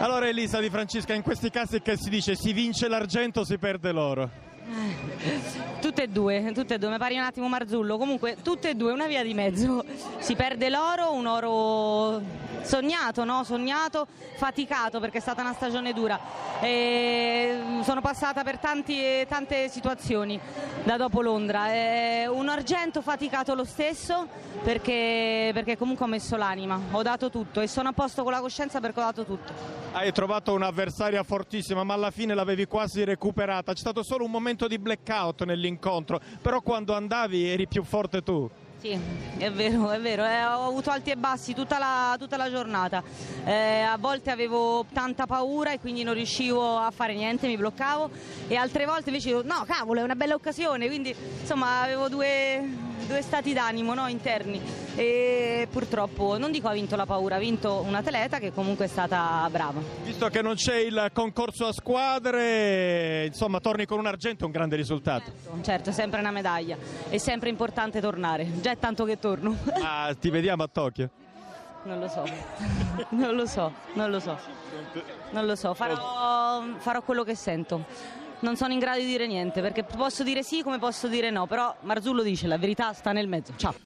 Allora Elisa Di Francesca, in questi casi che si dice si vince l'argento, si perde l'oro? Tutte e due, mi pare un attimo Marzullo, comunque tutte e due, una via di mezzo. Si perde l'oro, un oro sognato, no? Sognato, faticato perché è stata una stagione dura. Sono passata per tante situazioni da dopo Londra. Un argento faticato lo stesso perché comunque ho messo l'anima, ho dato tutto e sono a posto con la coscienza perché ho dato tutto. Hai trovato un'avversaria fortissima, ma alla fine l'avevi quasi recuperata. C'è stato solo un momento di blackout nell'incontro, però quando andavi eri più forte tu. Sì, è vero, ho avuto alti e bassi tutta la giornata, a volte avevo tanta paura e quindi non riuscivo a fare niente, mi bloccavo, e altre volte invece dicevo no cavolo è una bella occasione, quindi insomma avevo due stati d'animo, no, interni, e purtroppo non dico ha vinto la paura, ha vinto un atleta che comunque è stata brava. Visto che non c'è il concorso a squadre, insomma torni con un argento, un grande risultato. Certo, è sempre una medaglia, è sempre importante tornare, già è tanto che torno. Ah, ti vediamo a Tokyo? Non lo so, farò quello che sento. Non sono in grado di dire niente perché posso dire sì come posso dire no, però Marzullo dice la verità sta nel mezzo. Ciao.